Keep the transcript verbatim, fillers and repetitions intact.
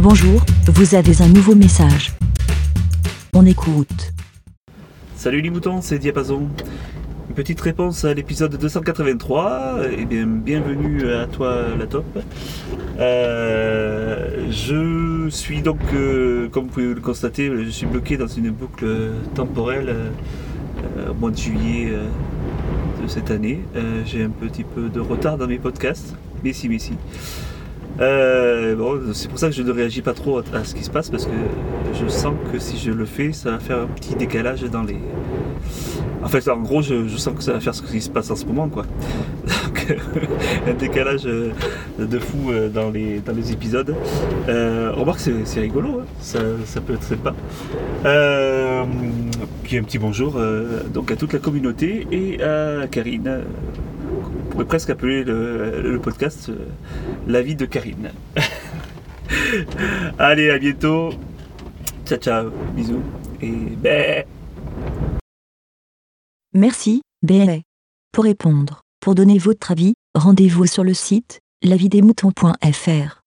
Bonjour, vous avez un nouveau message. On écoute. Salut les moutons, c'est Diapason. Une petite réponse à l'épisode deux cent quatre-vingt-trois. Eh bien, bienvenue à toi la top. Euh, je suis donc, euh, comme vous pouvez le constater, je suis bloqué dans une boucle temporelle euh, au mois de juillet euh, de cette année. Euh, j'ai un petit peu de retard dans mes podcasts, mais si, mais si. Euh, bon, c'est pour ça que je ne réagis pas trop à ce qui se passe, parce que je sens que si je le fais, ça va faire un petit décalage dans les... En fait, en gros, je, je sens que ça va faire ce qui se passe en ce moment, quoi. Donc, un décalage de fou dans les, dans les épisodes. Euh, on remarque que c'est, c'est rigolo, hein. ça, ça peut être sympa. Euh, puis un petit bonjour euh, donc à toute la communauté et à Karine. On pourrait presque appeler le, le podcast euh, La vie de Karine. Allez, à bientôt. Ciao, ciao. Bisous. Et bé. Merci, B L A. Pour répondre, pour donner votre avis, rendez-vous sur le site la vie des moutons point f r.